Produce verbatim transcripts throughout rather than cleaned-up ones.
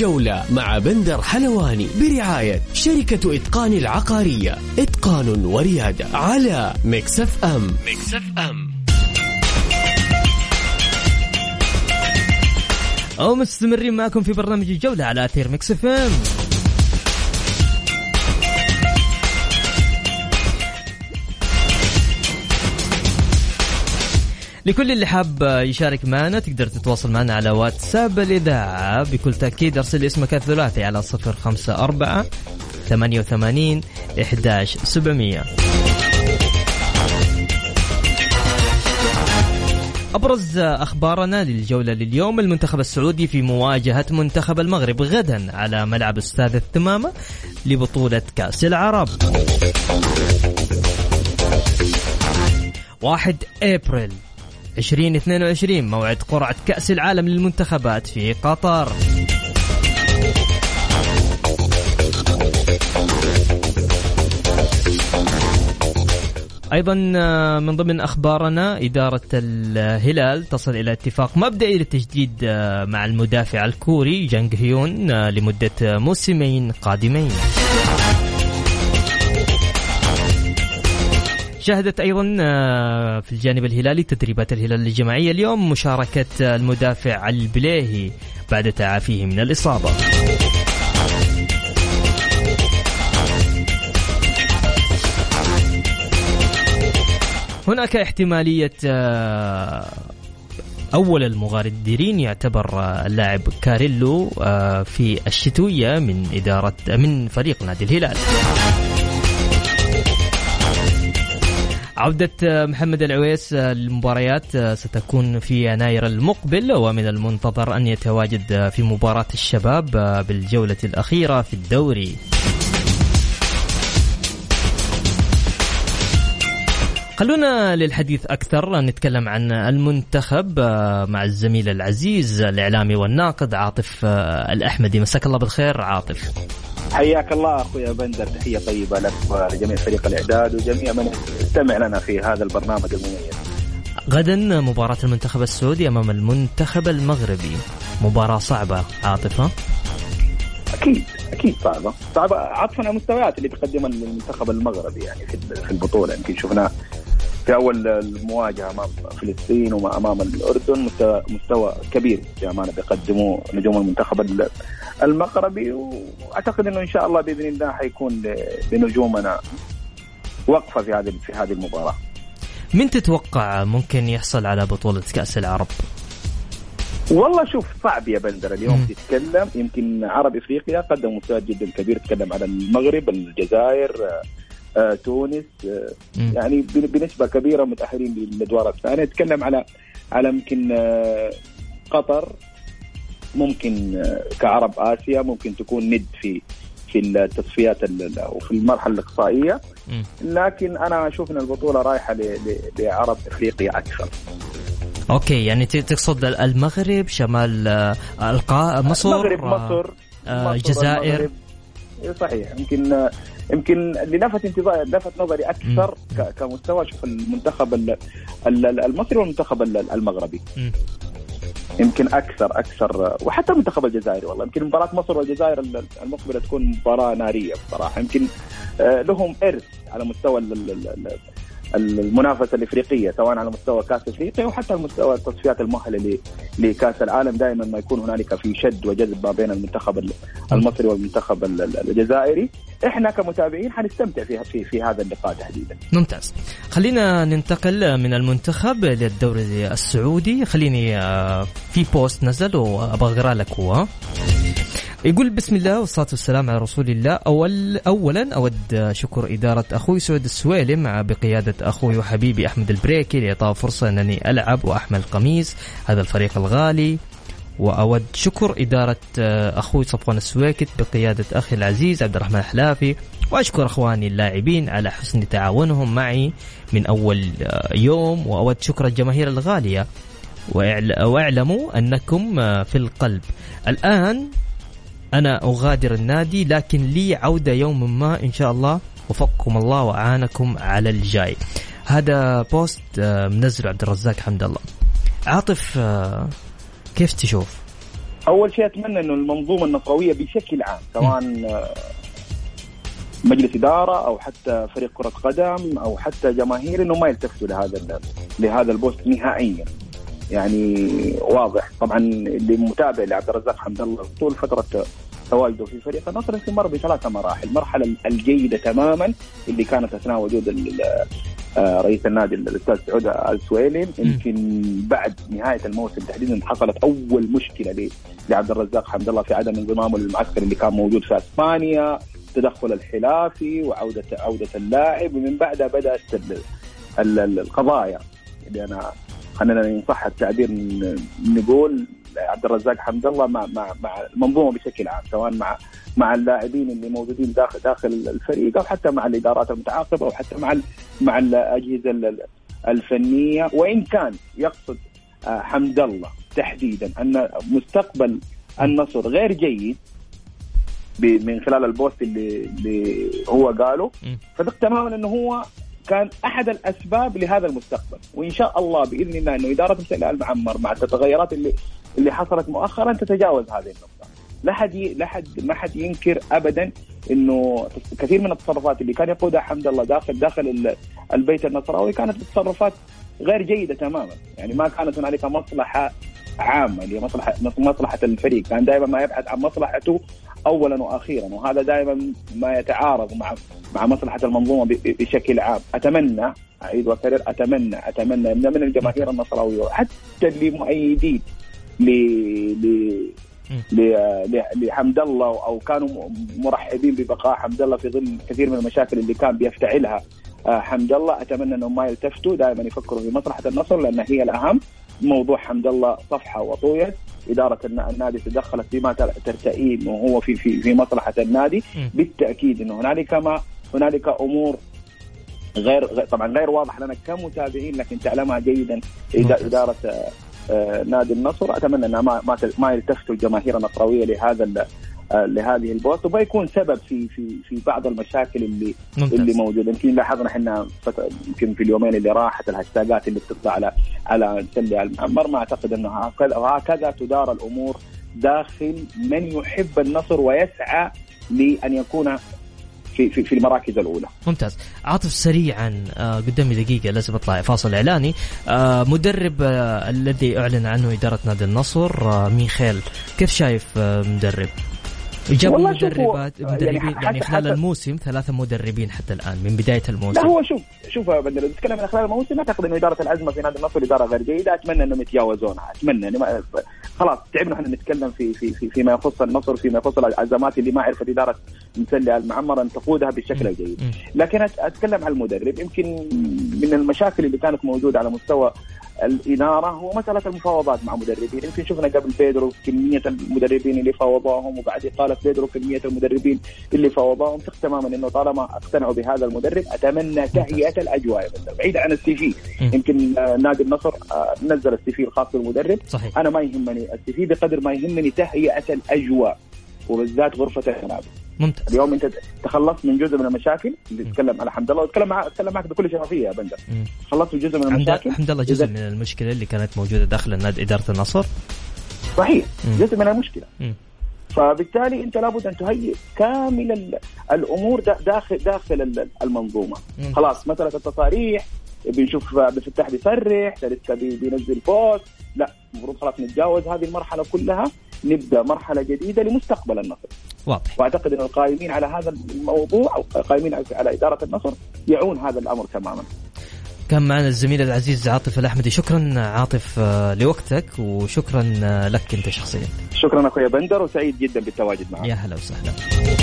الجولة مع بندر حلواني برعاية شركة إتقان العقارية، إتقان وريادة، على ميكس اف ام. ميكس اف ام أو مستمرين معكم في برنامج الجولة على أثير ميكس اف ام. لكل اللي حاب يشارك معنا تقدر تتواصل معنا على واتساب الإذاعة بكل تأكيد. أرسل اسمك الثلاثي على صفر خمسة أربعة ثمانية وثمانين إحداش سبعمية. أبرز أخبارنا للجولة لليوم: المنتخب السعودي في مواجهة منتخب المغرب غدا على ملعب أستاذ الثمامة لبطولة كأس العرب. واحد أبريل عشرين اثنين وعشرين موعد قرعة كأس العالم للمنتخبات في قطر. أيضا من ضمن أخبارنا إدارة الهلال تصل إلى اتفاق مبدئي للتجديد مع المدافع الكوري جانغ هيون لمدة موسمين قادمين. شهدت أيضا في الجانب الهلالي تدريبات الهلال الجماعية اليوم مشاركة المدافع البليهي بعد تعافيه من الإصابة. هناك احتمالية أول المغادرين يعتبر اللاعب كاريلو في الشتوية من إدارة من فريق نادي الهلال. عودة محمد العويس للمباريات ستكون في يناير المقبل، ومن المنتظر أن يتواجد في مباراة الشباب بالجولة الأخيرة في الدوري. خلونا للحديث أكثر نتكلم عن المنتخب مع الزميل العزيز الإعلامي والناقد عاطف الأحمدي. مساك الله بالخير عاطف. حياك الله أخويا بندر، تحية طيبة لك ولجميع فريق الإعداد وجميع من استمع لنا في هذا البرنامج المميز. غدا مباراة المنتخب السعودي أمام المنتخب المغربي، مباراة صعبة عاطفة. أكيد أكيد صعبة صعبة عطفا على المستويات اللي بيقدمها المنتخب المغربي يعني في البطولة. يمكن شفنا في أول المواجهة أمام فلسطين وما أمام الأردن مستوى, مستوى كبير يعني بيقدموه نجوم المنتخب المغربي، وأعتقد أنه إن شاء الله بإذن الله حيكون لنجومنا وقفة في هذه في هذه المباراة. من تتوقع ممكن يحصل على بطولة كأس العرب؟ والله شوف صعب يا بندر اليوم م. تتكلم. يمكن عرب إفريقيا قدموا مستوى جدا كبير، تتكلم على المغرب، الجزائر، آه، تونس، آه، يعني بنسبة كبيرة متأهلين للأدوار الثانية. نتكلم على على يمكن آه، قطر ممكن آه، كعرب آسيا ممكن تكون ند في في التصفيات أو في المرحلة الإقصائية، لكن أنا أشوف أن البطولة رايحة لعرب إفريقيا أكثر. أوكي، يعني تقصد المغرب، شمال القاء مصر، المغرب، مصر، الجزائر. صحيح. يمكن يمكن اللي لفت انتظار لفت نظري أكثر م. كمستوى شوف المنتخب المصري والمنتخب المغربي م. يمكن أكثر أكثر وحتى المنتخب الجزائري. والله يمكن مباراة مصر والجزائر المقبلة تكون مباراة نارية بصراحة. يمكن لهم إرث على مستوى المنافسة الإفريقية، سواء على مستوى كأس إفريقيا وحتى على مستوى التصفيات المؤهلة لكأس العالم. دائما ما يكون هنالك في شد وجذب ما بين المنتخب المصري والمنتخب الجزائري. إحنا كمتابعين حنستمتع في في في هذا اللقاء تحديدا. ممتاز. خلينا ننتقل من المنتخب للدوري السعودي. خليني في بوست نزل وأبغى أقرأ لك هو. يقول: بسم الله والصلاة والسلام على رسول الله. أول أولا أود شكر إدارة أخوي سعود السويلم بقيادة أخوي وحبيبي أحمد البريكي لإعطاء فرصة أنني ألعب وأحمل قميص هذا الفريق الغالي. وأود شكر إدارة أخوي صفوان السويكت بقيادة أخي العزيز عبد الرحمن الحلافي. وأشكر أخواني اللاعبين على حسن تعاونهم معي من أول يوم. وأود شكر الجماهير الغالية، وأعلموا أنكم في القلب. الآن أنا أغادر النادي، لكن لي عودة يوم ما إن شاء الله. وفقكم الله وأعانكم على الجاي. هذا بوست منزل عبد الرزاق حمد الله. عاطف، كيف تشوف؟ أول شيء أتمنى إنه المنظومة النصراوية بشكل عام سواء مجلس إدارة أو حتى فريق كرة قدم أو حتى جماهير إنه ما يلتفتوا لهذا لهذا البوست نهائيا. يعني واضح طبعا اللي متابع لعبد الرزاق حمد الله طول فترة تواجده في فريق النصر يمكن مر بثلاث مراحل. المرحلة الجيدة تماما اللي كانت أثناء وجود رئيس النادي الأستاذ سعود السويلم، يمكن بعد نهاية الموسم تحديدا حصلت أول مشكلة لعبد الرزاق حمد الله في عدم انضمامه للمعسكر اللي كان موجود في إسبانيا، تدخل الحلافي وعودة عودة اللاعب، ومن بعدها بدأت القضايا اللي أنا خلينا نصح التعبير نقول عبد الرزاق حمد الله مع مع مع المنظومة بشكل عام، سواء مع مع اللاعبين اللي موجودين داخل داخل الفريق أو حتى مع الإدارات المتعاقبة أو حتى مع مع الأجهزة الفنية. وإن كان يقصد حمد الله تحديدا أن مستقبل النصر غير جيد من خلال البوست اللي, اللي هو قاله، فدق تماما أنه هو كان أحد الأسباب لهذا المستقبل. وإن شاء الله بإذن الله أنه إدارة مسألة المعمر مع التغيرات اللي اللي حصلت مؤخرا تتجاوز هذه النقطة. لا حد لا حد ما حد ينكر أبدا إنه كثير من التصرفات اللي كان يقودها حمد الله داخل داخل البيت النصراوي كانت تصرفات غير جيدة تماما. يعني ما كانت هنالك مصلحة عامة اللي مصلحة مصلحة الفريق، كان دائما ما يبحث عن مصلحته أولا وأخيرا، وهذا دائما ما يتعارض مع مع مصلحة المنظومة بشكل عام. أتمنى أعيد وأكرر أتمنى أتمنى من الجماهير النصراوية حتى اللي مؤيدين ل ل لحمد الله أو كانوا مرحبين ببقاء حمد الله في ظل كثير من المشاكل اللي كان بيفتعلها حمد الله، أتمنى أنهم ما يلتفتوا، دائما يفكروا في مصلحة النصر لأن هي الأهم. موضوع حمد الله صفحة وطويت، إدارة النادي تدخلت فيما ترتئين وهو في في في مصلحة النادي. بالتأكيد إنه هنالك ما هنالك أمور غير طبعا غير واضح لنا كمتابعين، لكن تعلمها جيدا إدارة نادي النصر. أتمنى أن ما ما ما يلتفتوا الجماهير النصراوية لهذا لهذه البوست، وما يكون سبب في في في بعض المشاكل اللي ممتاز. اللي موجوده. يمكن لاحظنا احنا يمكن في اليومين اللي راحت الهاشتاجات اللي بتطلع على على سلي المعمر، ما اعتقد انه هكذا وهكذا تدار الامور داخل من يحب النصر ويسعى لان يكون في في في المراكز الاولى. ممتاز. عاطف سريعا آه قدامي دقيقه لازم اطلع فاصل اعلاني. آه مدرب آه الذي اعلن عنه اداره نادي النصر آه ميخيل، كيف شايف آه مدرب؟ جابوا مدربات مدربين يعني, يعني خلال حتى الموسم ثلاثة مدربين حتى الآن من بداية الموسم. لا هو شوف شوف يا بندر، نتكلم عن خلال الموسم أعتقد إنه إدارة الأزمة في نادي النصر إدارة غير جيدة. أتمنى إنهم يتجاوزونها، أتمنى يعني ما خلاص تعبنا إحنا نتكلم في في في فيما يخص النصر، فيما يخص الأزمات اللي ما عرفت إدارة مسلي المعمر أن تقودها بالشكل الجيد. لكن أتكلم عن المدرب، يمكن من المشاكل اللي كانت موجودة على مستوى الإدارة هو مسألة المفاوضات مع مدربين. يمكن شفنا قبل بيدرو كمية المدربين اللي فاوضوهم، وبعد قالت بيدرو كمية المدربين اللي فاوضوهم. ثق تماما إنه طالما اقتنعوا بهذا المدرب أتمنى تهيئة الأجواء بعيد عن السي في. يمكن نادي النصر نزل السي في الخاص بالمدرب. صحيح. أنا ما يهمني السي في بقدر ما يهمني تهيئة الأجواء وبالذات غرفة الملابس. ممتاز. اليوم انت تخلصت من جزء من المشاكل اللي تتكلم على حمد الله، واتكلم معك اتكلم معك بكل شفافيه يا بندر. خلصت جزء من المشاكل. حمد الله جزء من المشكله اللي كانت موجوده داخل النادي اداره النصر. صحيح. مم. جزء من المشكله. مم. فبالتالي انت لابد ان تهيئ كامل الامور داخل داخل المنظومه. مم. خلاص مساله التصاريح بنشوف بفتح بيصرح لسه بينزل بوست، لا المفروض خلاص نتجاوز هذه المرحله كلها، نبدا مرحله جديده لمستقبل النصر. واضح. واعتقد ان القائمين على هذا الموضوع او القائمين على اداره النصر يعون هذا الامر تماما. كان معنا الزميل العزيز عاطف الأحمدي. شكرا عاطف لوقتك، وشكرا لك انت شخصيا. شكرا اخويا بندر، وسعيد جدا بالتواجد معك. يا هلا وسهلا.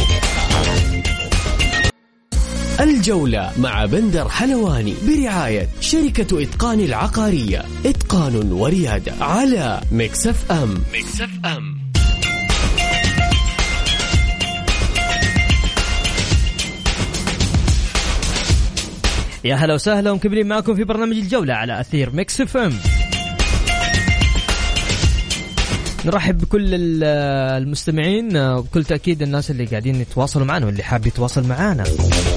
الجولة مع بندر حلواني برعاية شركة إتقان العقارية، إتقان وريادة، على ميكس اف ام. ميكس اف ام. يا هلا وسهلا ومكملين معكم في برنامج الجولة على أثير ميكس اف ام. نرحب بكل المستمعين وبكل تأكيد الناس اللي قاعدين يتواصلوا معنا واللي حاب يتواصل معنا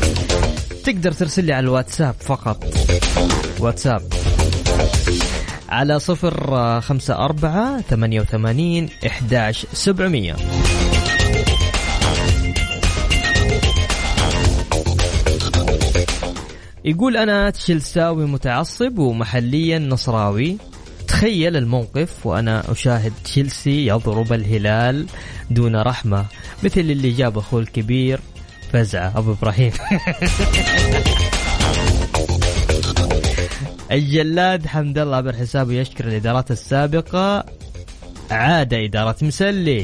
تقدر ترسل لي على الواتساب فقط. واتساب على صفر خمسة أربعة ثمانية وثمانين أحد عشر سبعمية. يقول أنا تشيلساوي متعصب ومحليا نصراوي، تخيل الموقف وأنا أشاهد تشيلسي يضرب الهلال دون رحمة مثل اللي جاب أخوه الكبير فزعة أبو إبراهيم. الجلاد حمد الله عبر حسابه يشكر الإدارات السابقة، عاد إدارة مسلي.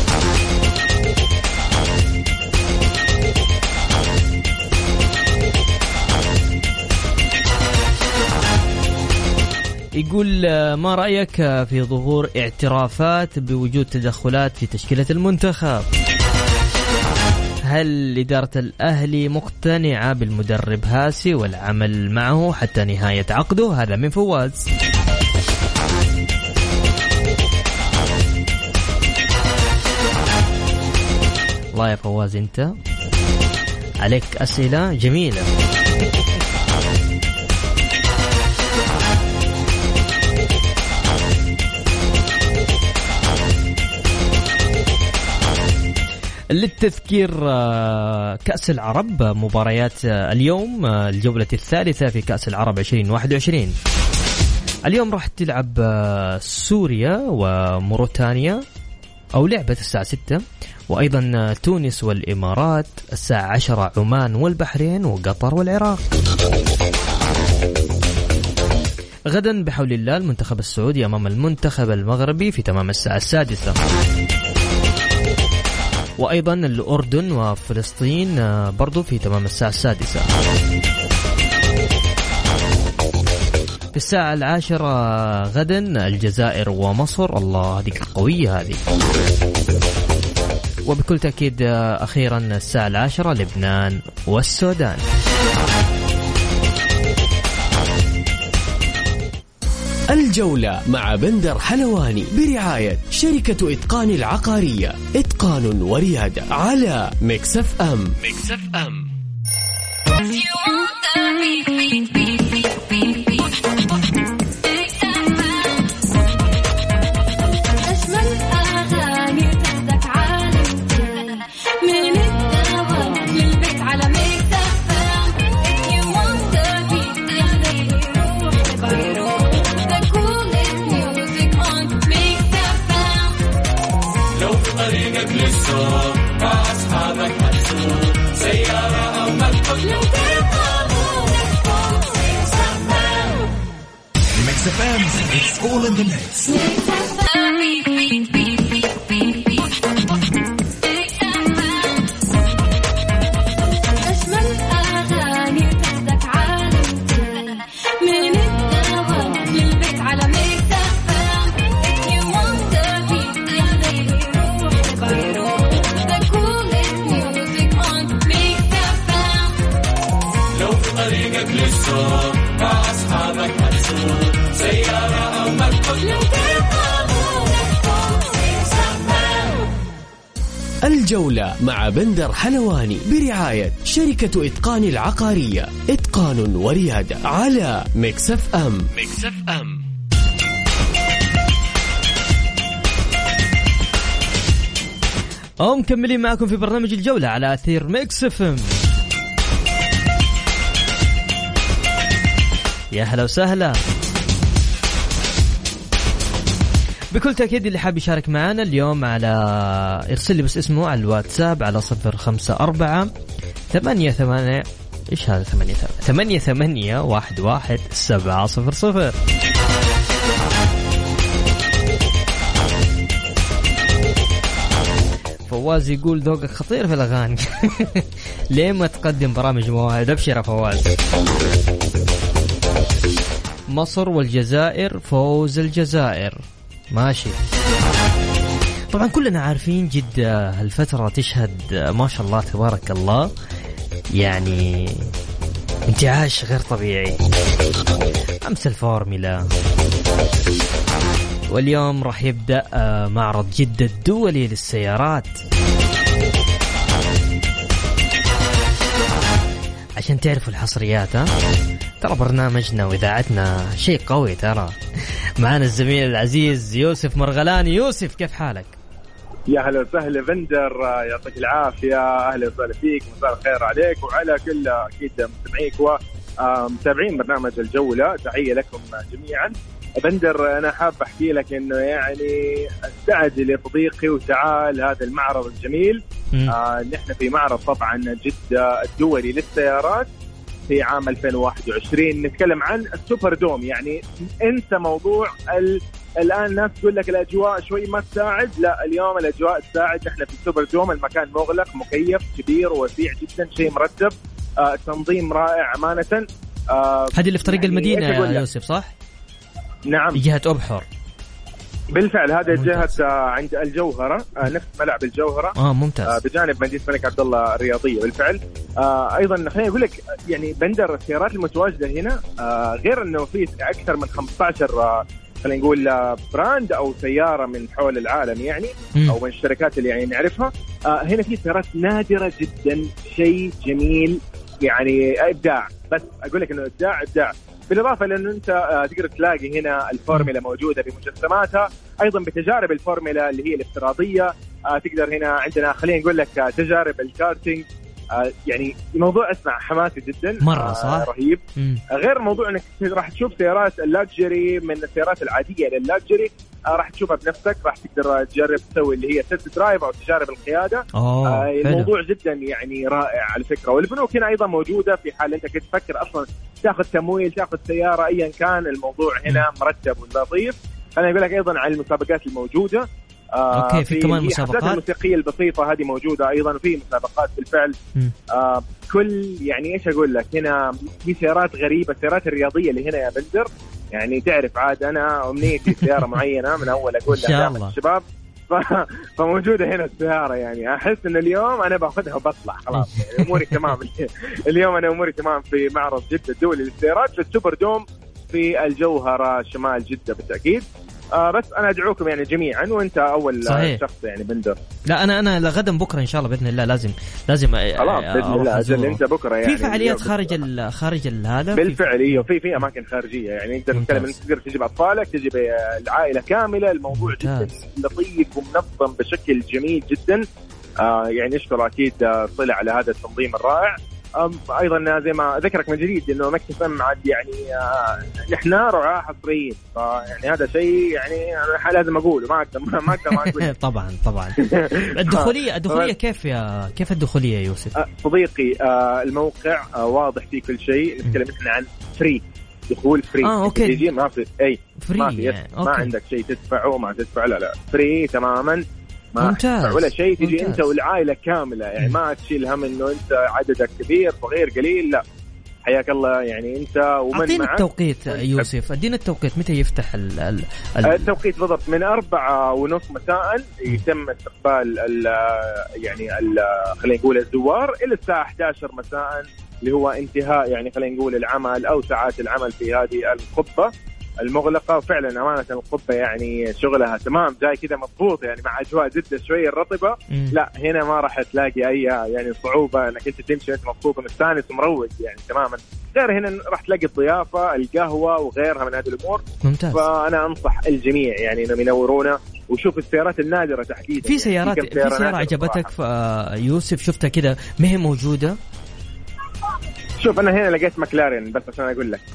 يقول ما رأيك في ظهور اعترافات بوجود تدخلات في تشكيلة المنتخب؟ هل إدارة الأهلي مقتنعة بالمدرب هاسي والعمل معه حتى نهاية عقده؟ هذا من فواز. الله يا فواز، انت عليك أسئلة جميلة. للتذكير كأس العرب مباريات اليوم، الجولة الثالثة في كأس العرب عشرين واحد وعشرين. اليوم راح تلعب سوريا وموريتانيا أو لعبة الساعة ستة، وأيضا تونس والإمارات الساعة عشرة، عمان والبحرين وقطر والعراق. غدا بحول الله المنتخب السعودي أمام المنتخب المغربي في تمام الساعة السادسة، وأيضا الأردن وفلسطين برضو في تمام الساعة السادسة. في الساعة العاشرة غدا الجزائر ومصر. الله، هذه قوية هذه. وبكل تأكيد أخيرا الساعة العاشرة لبنان والسودان. الجولة مع بندر حلواني برعاية شركة إتقان العقارية، إتقان وريادة، على ميكس اف ام. ميكس اف ام. It's all in the mix. الجولة مع بندر حلواني برعاية شركة إتقان العقارية، إتقان وريادة، على ميكس اف ام. ميكس اف ام. أو مكملين معكم في برنامج الجولة على أثير ميكس اف ام. يا هلا وسهلا. بكل تأكيد اللي حاب يشارك معنا اليوم على ارسل لي بس اسمه على الواتساب على صفر خمسة أربعة ثمانية ثمانية إيش هذا ثمانية ثمانية ثمانية واحد واحد سبعة صفر صفر. فواز يقول ذوقك خطير في الأغاني. ليه ما تقدم برامج مواعيد؟ أبشر يا فواز. مصر والجزائر، فوز الجزائر. ماشي. طبعا كلنا عارفين جدة هالفترة تشهد ما شاء الله تبارك الله يعني انتعاش غير طبيعي. أمس الفورميلا، واليوم راح يبدأ معرض جدة الدولي للسيارات. عشان تعرفوا الحصريات. ها ترى برنامجنا وإذاعتنا شيء قوي. ترى معنا الزميل العزيز يوسف مرغلاني. يوسف كيف حالك؟ يا هلا وسهلا بندر، يعطيك العافية. أهلا وسهلا فيك، مساء الخير عليك وعلى كل أكيد مستمعيك ومتابعين برنامج الجولة. تحية لكم جميعا. بندر أنا حاب أحكي لك إنه يعني استعجل يا صديقي وتعال هذا المعرض الجميل. آه نحن في معرض طبعا جدة الدولي للسيارات في عام ألفين وواحد وعشرين. نتكلم عن السوبر دوم. يعني انسى موضوع ال... الآن الناس تقول لك الأجواء شوي ما تساعد. لا، اليوم الأجواء تساعد. نحن في السوبر دوم، المكان مغلق مكيف كبير ووسيع جدا، شيء مرتب، آه تنظيم رائع أمانة. آه هذه اللي في طريق يعني المدينة يا يوسف صح؟ نعم، جهة أبحر. بالفعل هذا جهة عند الجوهرة، نفس ملعب الجوهرة. اه ممتاز. بجانب مدينة الملك عبد الله الرياضية. بالفعل آه ايضا خليني اقول لك يعني بندر السيارات المتواجدة هنا آه غير انه في اكثر من خمسة عشر آه خلينا نقول آه براند او سيارة من حول العالم يعني م. او من الشركات اللي يعني نعرفها. آه هنا في سيارات نادرة جدا، شيء جميل يعني ابداع. بس اقول لك انه ابداع ابداع. بالإضافة لأنه أنت تقدر تلاقي هنا الفورمولا موجودة بمجسماتها، أيضا بتجارب الفورمولا اللي هي الافتراضية. تقدر هنا عندنا خلينا نقول لك تجارب الكارتينج. يعني موضوع اسمع حماسي جدا مرة صح؟ رهيب. مم. غير موضوع أنك راح تشوف سيارات اللاكجري من السيارات العادية لللاكجري، راح تشوفها بنفسك، راح تقدر تجرب تسوي اللي هي تست درايف أو تجارب القيادة. آه الموضوع جدا يعني رائع على فكرة. والبنوك هنا أيضا موجودة في حال أنت كنت تفكر أصلا تأخذ تمويل تأخذ سيارة أيا كان، الموضوع هنا مرتب ولطيف. أنا أقول لك أيضا عن المسابقات الموجودة. آه اوكي في كمان مسابقات الموسيقيه البسيطه هذه موجوده ايضا، في مسابقات بالفعل. آه كل يعني ايش اقول لك، هنا في سيارات غريبه، السيارات الرياضيه اللي هنا يا بندر يعني تعرف عاد انا امنيتي سياره معينه من اول اقول لها الشباب ف... فموجوده هنا السياره. يعني احس ان اليوم انا باخذها وبطلع خلاص يعني اموري تمام. اليوم انا اموري تمام في معرض جده الدولي للسيارات في السوبر دوم في الجوهره شمال جده بالتاكيد. آه بس انا ادعوكم يعني جميعا، وانت اول صحيح. شخص يعني بندر. لا انا انا لغدا بكره ان شاء الله باذن الله لازم لازم خلاص باذن الله اجل انت بكره يعني في فعاليات خارج ال خارج هذا بالفعل. ايوه في في اماكن خارجيه يعني نقدر نتكلم انك تقدر تجيب اطفالك، تجيب العائله كامله. الموضوع ممتاز. جدا لطيف ومنظم بشكل جميل جدا. آه يعني اشكر اكيد طلع على هذا التنظيم الرائع. ايضا زي ما ذكرك من جديد انه مكتب ام عاد يعني آه نحن رعاة حصريين، فيعني هذا شيء يعني انا لازم اقوله، ما اقدر ما اقدر ما اقول. طبعا طبعا. الدخوليه الدخوليه كيف يا كيف الدخوليه يا يوسف؟ آه صديقي آه الموقع آه واضح فيه كل شيء. نتكلم احنا عن فري دخول فري. اه اوكي تيجي ما في اي فري ما, في يعني. ما عندك شيء تدفعه ما تدفع، لا لا فري تماما ممتاز ولا شيء. تجي ممتاز. انت والعائله كامله يعني ما تشيل هم انه انت عددك كبير صغير قليل، لا حياك الله يعني انت ومن معك. ادينا التوقيت يوسف، ادينا التوقيت متى يفتح ال ال ال التوقيت بالضبط من أربعة ونص مساء يتم استقبال ال يعني ال خلينا نقول الزوار الى الساعه إحدى عشرة مساء اللي هو انتهاء يعني خلينا نقول العمل او ساعات العمل في هذه القبه المغلقة. وفعلا أمانة القبة يعني شغلها تمام جاي كذا مضبوط يعني مع أجواء جدة شوية الرطبة. مم. لا هنا ما راح تلاقي أي يعني صعوبة أنك أنت تمشي أنت مبسوط ومستانس ومروج يعني تماما. غير هنا راح تلاقي الضيافة القهوة وغيرها من هذه الأمور. ممتاز. فأنا أنصح الجميع يعني إنهم ينورونا وشوف السيارات النادرة تحديدا. في سيارات يعني في سيارة عجبتك يوسف شفتها كذا ما هي موجودة؟ شوف أنا هنا لقيت مكلارين بس عشان أقول لك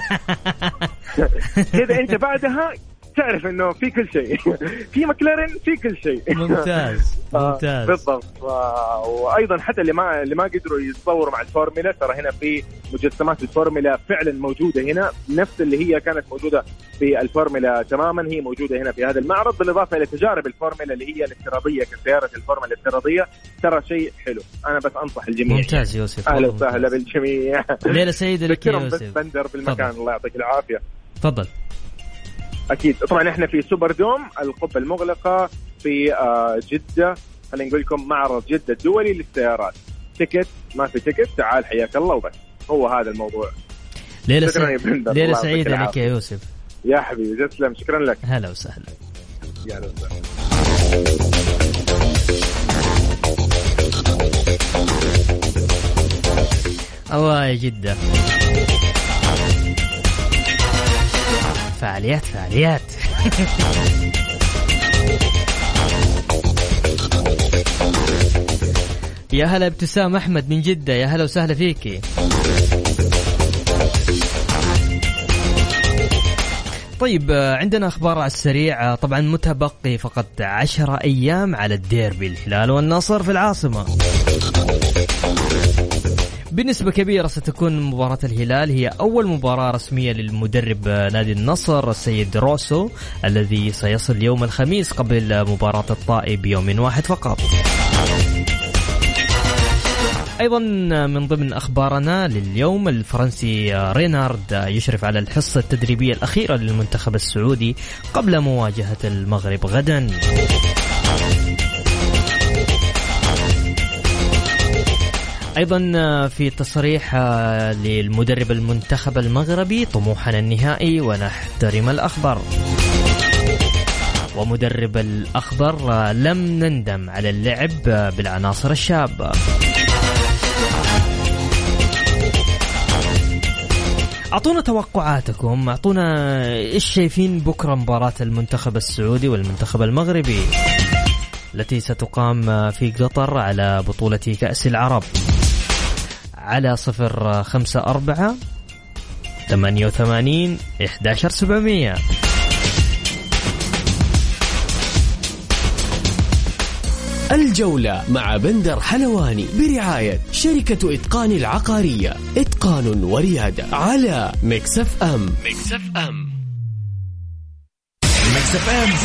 كذا أنت بعدها تعرف إنه في كل شيء في مكلارين في كل شيء. ممتاز ممتاز بالضبط. وأيضا حتى اللي ما اللي ما قدروا يتصوروا مع الفورمولا ترى هنا في مجسمات الفورمولا فعلا موجودة هنا نفس اللي هي كانت موجودة في الفورمولا تماما هي موجودة هنا في هذا المعرض، بالإضافة إلى تجارب الفورمولا اللي هي الافتراضية كسيارة الفورمولا الافتراضية. ترى شيء حلو أنا بس أنصح الجميع. ممتاز يوسف. أهلا وسهلا بالجميع. ليلة سعيدة لك يا يوسف. بندر بالمكان الله يعطيك العافية. تفضل. أكيد طبعا إحنا في سوبر دوم القبة المغلقة في جدة. خلينا نقول لكم معرض جدة الدولي للسيارات. تيكت ما في تيكت تعال حياك الله وبس هو هذا الموضوع. ليلة سعيدة ليلة سعيدة لك يا يوسف. يا حبيبي تسلم شكرا لك. هلا وسهلا. يا هلا وسهلا. الله يا جدة. فعاليات فعاليات. يا هلا ابتسام أحمد من جدة، يا هلا وسهلا فيكي. طيب عندنا أخبار على السريع. طبعا متبقي فقط عشرة أيام على الديربي، الهلال والنصر في العاصمة. بنسبة كبيرة ستكون مباراة الهلال هي أول مباراة رسمية للمدرب نادي النصر السيد روسو، الذي سيصل يوم الخميس قبل مباراة الطائي بيوم واحد فقط. أيضا من ضمن أخبارنا لليوم، الفرنسي رينارد يشرف على الحصة التدريبية الأخيرة للمنتخب السعودي قبل مواجهة المغرب غدا. أيضا في تصريح للمدرب المنتخب المغربي، طموحنا النهائي ونحترم الأخضر. ومدرب الأخضر لم نندم على اللعب بالعناصر الشابة. أعطونا توقعاتكم، أعطونا إيش شايفين بكرة مباراة المنتخب السعودي والمنتخب المغربي التي ستقام في قطر على بطولة كأس العرب، على صفر خمسة أربعة ثمانية وثمانين إحدى عشر سبعمية. الجولة مع بندر حلواني برعاية شركة إتقان العقارية، إتقان وريادة، على ميكس اف ام. ميكس اف ام. ميكس اف ام